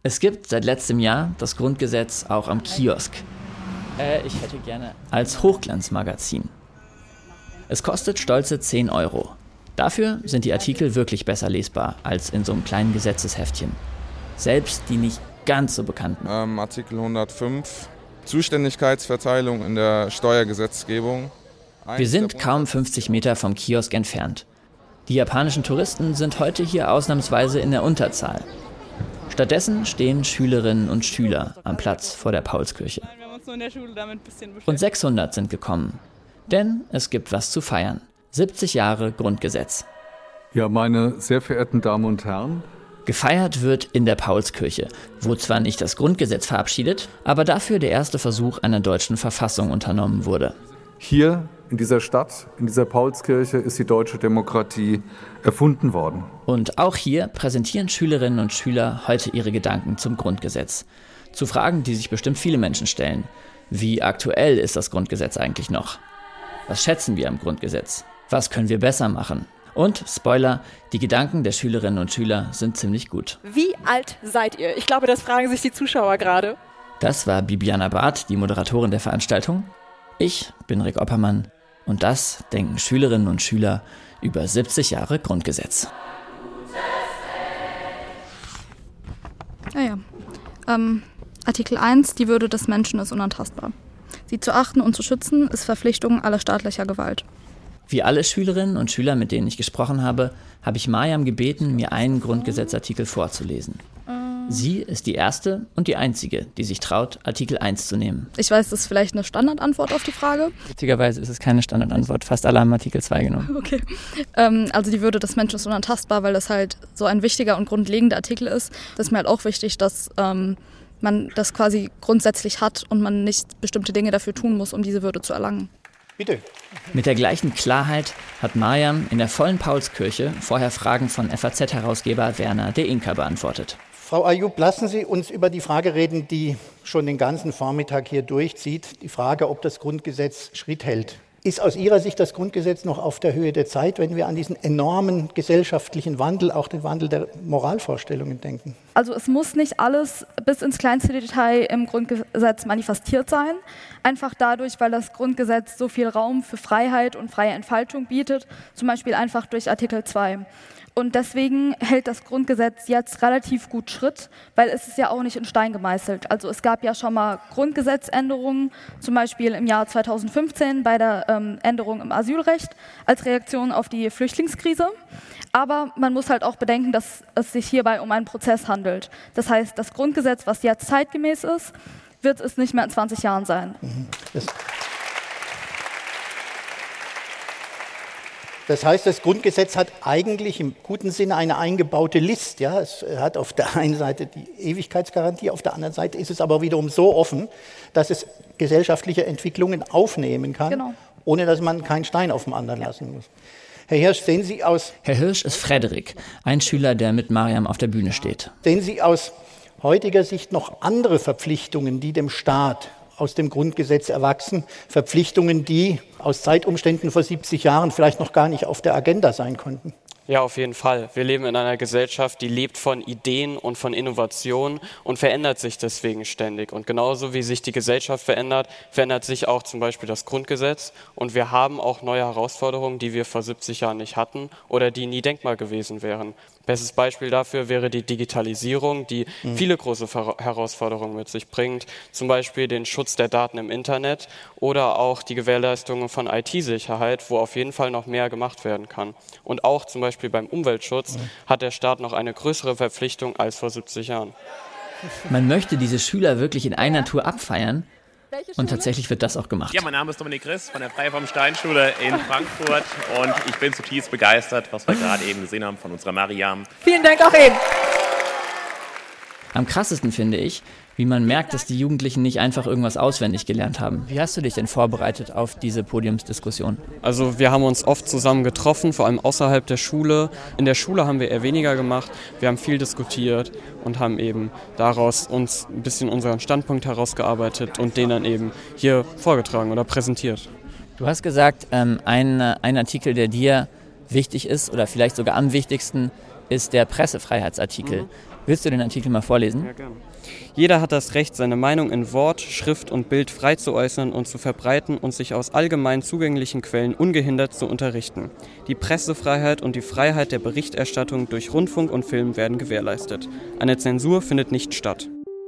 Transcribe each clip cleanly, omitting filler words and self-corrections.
Es gibt seit letztem Jahr das Grundgesetz auch am Kiosk. Ich hätte gerne als Hochglanzmagazin. Es kostet stolze 10 €. Dafür sind die Artikel wirklich besser lesbar als in so einem kleinen Gesetzesheftchen. Selbst die nicht ganz so bekannten. Artikel 105, Zuständigkeitsverteilung in der Steuergesetzgebung. Wir sind kaum 50 Meter vom Kiosk entfernt. Die japanischen Touristen sind heute hier ausnahmsweise in der Unterzahl. Stattdessen stehen Schülerinnen und Schüler am Platz vor der Paulskirche. Rund 600 sind gekommen, denn es gibt was zu feiern. 70 Jahre Grundgesetz. Ja, meine sehr verehrten Damen und Herren. Gefeiert wird in der Paulskirche, wo zwar nicht das Grundgesetz verabschiedet, aber dafür der erste Versuch einer deutschen Verfassung unternommen wurde. Hier in dieser Stadt, in dieser Paulskirche, ist die deutsche Demokratie erfunden worden. Und auch hier präsentieren Schülerinnen und Schüler heute ihre Gedanken zum Grundgesetz. Zu Fragen, die sich bestimmt viele Menschen stellen. Wie aktuell ist das Grundgesetz eigentlich noch? Was schätzen wir am Grundgesetz? Was können wir besser machen? Und, Spoiler, die Gedanken der Schülerinnen und Schüler sind ziemlich gut. Wie alt seid ihr? Ich glaube, das fragen sich die Zuschauer gerade. Das war Bibiana Barth, die Moderatorin der Veranstaltung. Ich bin Rick Oppermann. Und das denken Schülerinnen und Schüler über 70 Jahre Grundgesetz. Artikel 1, die Würde des Menschen ist unantastbar. Sie zu achten und zu schützen, ist Verpflichtung aller staatlicher Gewalt. Wie alle Schülerinnen und Schüler, mit denen ich gesprochen habe, habe ich Mariam gebeten, mir einen Grundgesetzartikel vorzulesen. Sie ist die erste und die einzige, die sich traut, Artikel 1 zu nehmen. Ich weiß, das ist vielleicht eine Standardantwort auf die Frage. Witzigerweise ist es keine Standardantwort. Fast alle haben Artikel 2 genommen. Okay. Also die Würde des Menschen ist unantastbar, weil das halt so ein wichtiger und grundlegender Artikel ist. Das ist mir halt auch wichtig, dass man das quasi grundsätzlich hat und man nicht bestimmte Dinge dafür tun muss, um diese Würde zu erlangen. Bitte. Mit der gleichen Klarheit hat Mariam in der vollen Paulskirche vorher Fragen von FAZ-Herausgeber Werner de Inka beantwortet. Frau Ayoub, lassen Sie uns über die Frage reden, die schon den ganzen Vormittag hier durchzieht. Die Frage, ob das Grundgesetz Schritt hält. Ist aus Ihrer Sicht das Grundgesetz noch auf der Höhe der Zeit, wenn wir an diesen enormen gesellschaftlichen Wandel, auch den Wandel der Moralvorstellungen denken? Also es muss nicht alles bis ins kleinste Detail im Grundgesetz manifestiert sein. Einfach dadurch, weil das Grundgesetz so viel Raum für Freiheit und freie Entfaltung bietet, zum Beispiel einfach durch Artikel 2. Und deswegen hält das Grundgesetz jetzt relativ gut Schritt, weil es ist ja auch nicht in Stein gemeißelt. Also es gab ja schon mal Grundgesetzänderungen, zum Beispiel im Jahr 2015 bei der Änderung im Asylrecht als Reaktion auf die Flüchtlingskrise. Aber man muss halt auch bedenken, dass es sich hierbei um einen Prozess handelt. Das heißt, das Grundgesetz, was jetzt zeitgemäß ist, wird es nicht mehr in 20 Jahren sein. Das heißt, das Grundgesetz hat eigentlich im guten Sinne eine eingebaute List. Ja? Es hat auf der einen Seite die Ewigkeitsgarantie, auf der anderen Seite ist es aber wiederum so offen, dass es gesellschaftliche Entwicklungen aufnehmen kann, ohne dass man keinen Stein auf dem anderen lassen muss. Herr Hirsch, sehen Sie aus... Herr Hirsch ist Frederik, ein Schüler, der mit Mariam auf der Bühne steht. Sehen Sie aus heutiger Sicht noch andere Verpflichtungen, die dem Staat aus dem Grundgesetz erwachsen, Verpflichtungen, die aus Zeitumständen vor 70 Jahren vielleicht noch gar nicht auf der Agenda sein konnten? Ja, auf jeden Fall. Wir leben in einer Gesellschaft, die lebt von Ideen und von Innovationen und verändert sich deswegen ständig. Und genauso wie sich die Gesellschaft verändert, verändert sich auch zum Beispiel das Grundgesetz. Und wir haben auch neue Herausforderungen, die wir vor 70 Jahren nicht hatten oder die nie denkbar gewesen wären. Bestes Beispiel dafür wäre die Digitalisierung, die viele große Herausforderungen mit sich bringt. Zum Beispiel den Schutz der Daten im Internet oder auch die Gewährleistung von IT-Sicherheit, wo auf jeden Fall noch mehr gemacht werden kann. Und auch zum Beispiel beim Umweltschutz hat der Staat noch eine größere Verpflichtung als vor 70 Jahren. Man möchte diese Schüler wirklich in einer Tour abfeiern. Und tatsächlich wird das auch gemacht. Ja, mein Name ist Dominik Riss von der Freie vom Stein-Schule in Frankfurt und ich bin zutiefst begeistert, was wir gerade eben gesehen haben von unserer Mariam. Vielen Dank auch Ihnen. Am krassesten finde ich, wie man merkt, dass die Jugendlichen nicht einfach irgendwas auswendig gelernt haben. Wie hast du dich denn vorbereitet auf diese Podiumsdiskussion? Also wir haben uns oft zusammen getroffen, vor allem außerhalb der Schule. In der Schule haben wir eher weniger gemacht. Wir haben viel diskutiert und haben eben daraus uns ein bisschen unseren Standpunkt herausgearbeitet und den dann eben hier vorgetragen oder präsentiert. Du hast gesagt, ein Artikel, der dir wichtig ist oder vielleicht sogar am wichtigsten, ist der Pressefreiheitsartikel. Willst du den Artikel mal vorlesen? Ja, gerne. Jeder hat das Recht, seine Meinung in Wort, Schrift und Bild frei zu äußern und zu verbreiten und sich aus allgemein zugänglichen Quellen ungehindert zu unterrichten. Die Pressefreiheit und die Freiheit der Berichterstattung durch Rundfunk und Film werden gewährleistet. Eine Zensur findet nicht statt.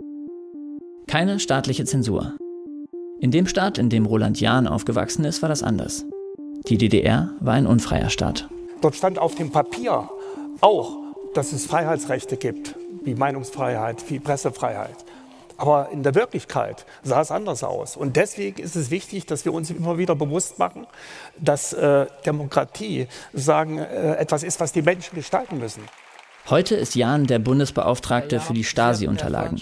Keine staatliche Zensur. In dem Staat, in dem Roland Jahn aufgewachsen ist, war das anders. Die DDR war ein unfreier Staat. Dort stand auf dem Papier auch, dass es Freiheitsrechte gibt, wie Meinungsfreiheit, wie Pressefreiheit. Aber in der Wirklichkeit sah es anders aus. Und deswegen ist es wichtig, dass wir uns immer wieder bewusst machen, dass Demokratie etwas ist, was die Menschen gestalten müssen. Heute ist Jahn der Bundesbeauftragte für die Stasi-Unterlagen.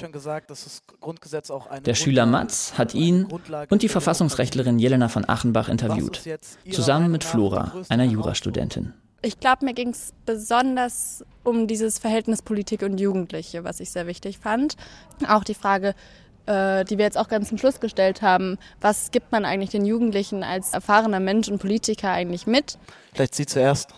Der Schüler Mats hat ihn und die Verfassungsrechtlerin Jelena von Achenbach interviewt, zusammen mit Flora, einer Jurastudentin. Ich glaube, mir ging es besonders um dieses Verhältnis Politik und Jugendliche, was ich sehr wichtig fand. Auch die Frage, die wir jetzt auch ganz zum Schluss gestellt haben, was gibt man eigentlich den Jugendlichen als erfahrener Mensch und Politiker eigentlich mit? Vielleicht Sie zuerst.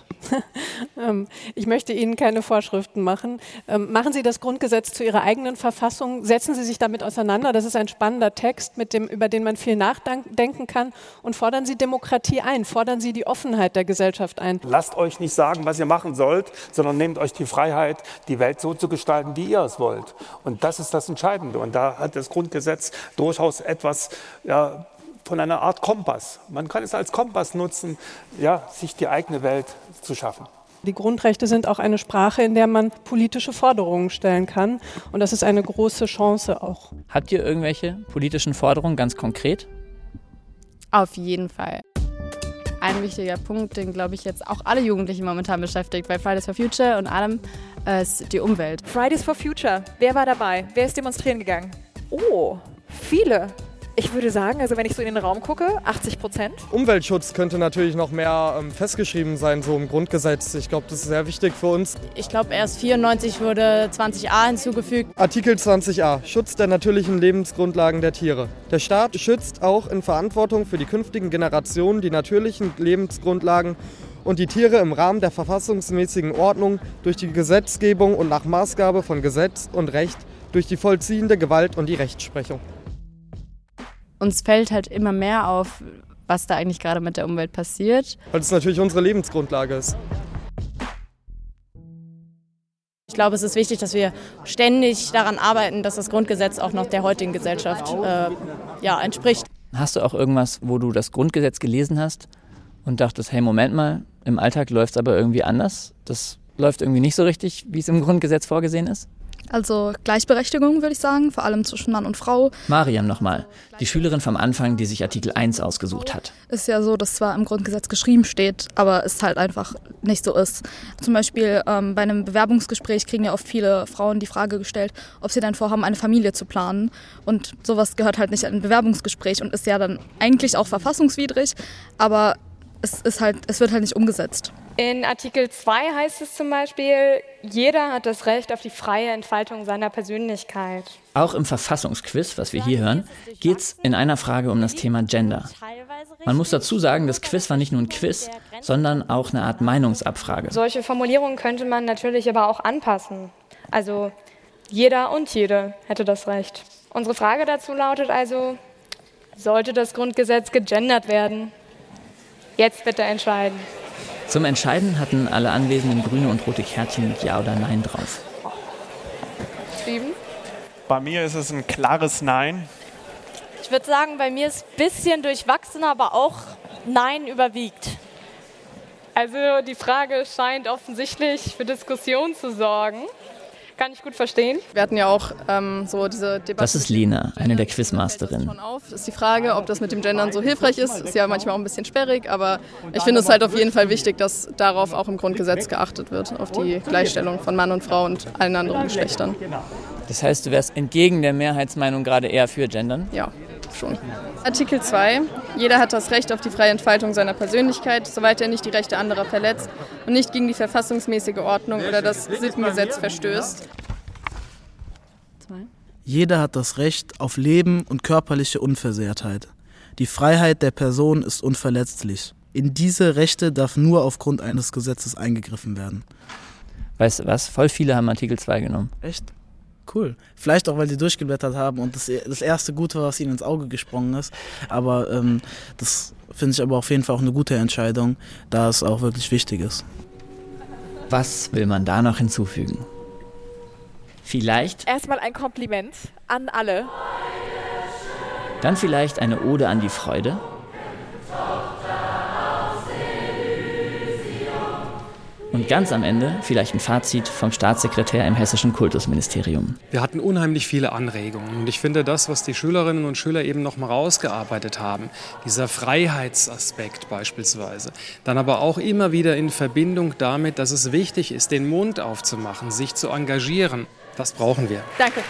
Ich möchte Ihnen keine Vorschriften machen. Machen Sie das Grundgesetz zu Ihrer eigenen Verfassung. Setzen Sie sich damit auseinander. Das ist ein spannender Text, über den man viel nachdenken kann. Und fordern Sie Demokratie ein. Fordern Sie die Offenheit der Gesellschaft ein. Lasst euch nicht sagen, was ihr machen sollt, sondern nehmt euch die Freiheit, die Welt so zu gestalten, wie ihr es wollt. Und das ist das Entscheidende. Und da hat das Grundgesetz durchaus etwas von einer Art Kompass. Man kann es als Kompass nutzen, sich die eigene Welt zu schaffen. Die Grundrechte sind auch eine Sprache, in der man politische Forderungen stellen kann. Und das ist eine große Chance auch. Habt ihr irgendwelche politischen Forderungen ganz konkret? Auf jeden Fall. Ein wichtiger Punkt, den, glaube ich, jetzt auch alle Jugendlichen momentan beschäftigt, bei Fridays for Future und allem, ist die Umwelt. Fridays for Future. Wer war dabei? Wer ist demonstrieren gegangen? Oh, viele. Ich würde sagen, also wenn ich so in den Raum gucke, 80%. Umweltschutz könnte natürlich noch mehr festgeschrieben sein, so im Grundgesetz. Ich glaube, das ist sehr wichtig für uns. Ich glaube, erst 94 wurde 20a hinzugefügt. Artikel 20a, Schutz der natürlichen Lebensgrundlagen der Tiere. Der Staat schützt auch in Verantwortung für die künftigen Generationen die natürlichen Lebensgrundlagen und die Tiere im Rahmen der verfassungsmäßigen Ordnung durch die Gesetzgebung und nach Maßgabe von Gesetz und Recht durch die vollziehende Gewalt und die Rechtsprechung. Uns fällt halt immer mehr auf, was da eigentlich gerade mit der Umwelt passiert. Weil es natürlich unsere Lebensgrundlage ist. Ich glaube, es ist wichtig, dass wir ständig daran arbeiten, dass das Grundgesetz auch noch der heutigen Gesellschaft entspricht. Hast du auch irgendwas, wo du das Grundgesetz gelesen hast und dachtest, hey, Moment mal, im Alltag läuft es aber irgendwie anders? Das läuft irgendwie nicht so richtig, wie es im Grundgesetz vorgesehen ist? Also Gleichberechtigung, würde ich sagen, vor allem zwischen Mann und Frau. Mariam nochmal, die Schülerin vom Anfang, die sich Artikel 1 ausgesucht hat. Ist ja so, dass zwar im Grundgesetz geschrieben steht, aber es halt einfach nicht so ist. Zum Beispiel bei einem Bewerbungsgespräch kriegen ja oft viele Frauen die Frage gestellt, ob sie denn vorhaben, eine Familie zu planen. Und sowas gehört halt nicht in ein Bewerbungsgespräch und ist ja dann eigentlich auch verfassungswidrig, aber es wird halt nicht umgesetzt. In Artikel 2 heißt es zum Beispiel, jeder hat das Recht auf die freie Entfaltung seiner Persönlichkeit. Auch im Verfassungsquiz, was wir hier hören, geht es in einer Frage um das Thema Gender. Man muss dazu sagen, das Quiz war nicht nur ein Quiz, sondern auch eine Art Meinungsabfrage. Solche Formulierungen könnte man natürlich aber auch anpassen. Also jeder und jede hätte das Recht. Unsere Frage dazu lautet also, sollte das Grundgesetz gegendert werden? Jetzt bitte entscheiden. Zum Entscheiden hatten alle Anwesenden grüne und rote Kärtchen mit Ja oder Nein drauf. Steven? Bei mir ist es ein klares Nein. Ich würde sagen, bei mir ist ein bisschen durchwachsen, aber auch Nein überwiegt. Also die Frage scheint offensichtlich für Diskussion zu sorgen. Kann ich gut verstehen. Wir hatten ja auch so diese Debatte. Das ist Lena, eine der Quizmasterinnen. Ist die Frage, ob das mit dem Gendern so hilfreich ist. Ist ja manchmal auch ein bisschen sperrig, aber ich finde es halt auf jeden Fall wichtig, dass darauf auch im Grundgesetz geachtet wird, auf die Gleichstellung von Mann und Frau und allen anderen Geschlechtern. Das heißt, du wärst entgegen der Mehrheitsmeinung gerade eher für Gendern? Ja, schon. Artikel 2. Jeder hat das Recht auf die freie Entfaltung seiner Persönlichkeit, soweit er nicht die Rechte anderer verletzt und nicht gegen die verfassungsmäßige Ordnung oder das Sittengesetz verstößt. 2. Jeder hat das Recht auf Leben und körperliche Unversehrtheit. Die Freiheit der Person ist unverletzlich. In diese Rechte darf nur aufgrund eines Gesetzes eingegriffen werden. Weißt du was? Voll viele haben Artikel 2 genommen. Echt? Cool. Vielleicht auch, weil sie durchgeblättert haben und das erste Gute war, was ihnen ins Auge gesprungen ist. Aber das finde ich aber auf jeden Fall auch eine gute Entscheidung, da es auch wirklich wichtig ist. Was will man da noch hinzufügen? Vielleicht erstmal ein Kompliment an alle. Dann vielleicht eine Ode an die Freude. Und ganz am Ende vielleicht ein Fazit vom Staatssekretär im Hessischen Kultusministerium. Wir hatten unheimlich viele Anregungen und ich finde das, was die Schülerinnen und Schüler eben noch mal rausgearbeitet haben, dieser Freiheitsaspekt beispielsweise, dann aber auch immer wieder in Verbindung damit, dass es wichtig ist, den Mund aufzumachen, sich zu engagieren, das brauchen wir. Danke.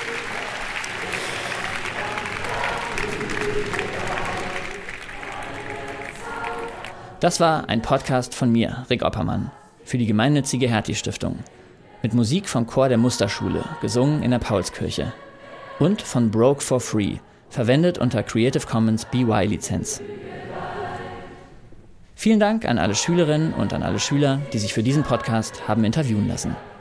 Das war ein Podcast von mir, Rick Oppermann, für die gemeinnützige Hertie-Stiftung. Mit Musik vom Chor der Musterschule, gesungen in der Paulskirche. Und von Broke for Free, verwendet unter Creative Commons BY-Lizenz. Vielen Dank an alle Schülerinnen und an alle Schüler, die sich für diesen Podcast haben interviewen lassen.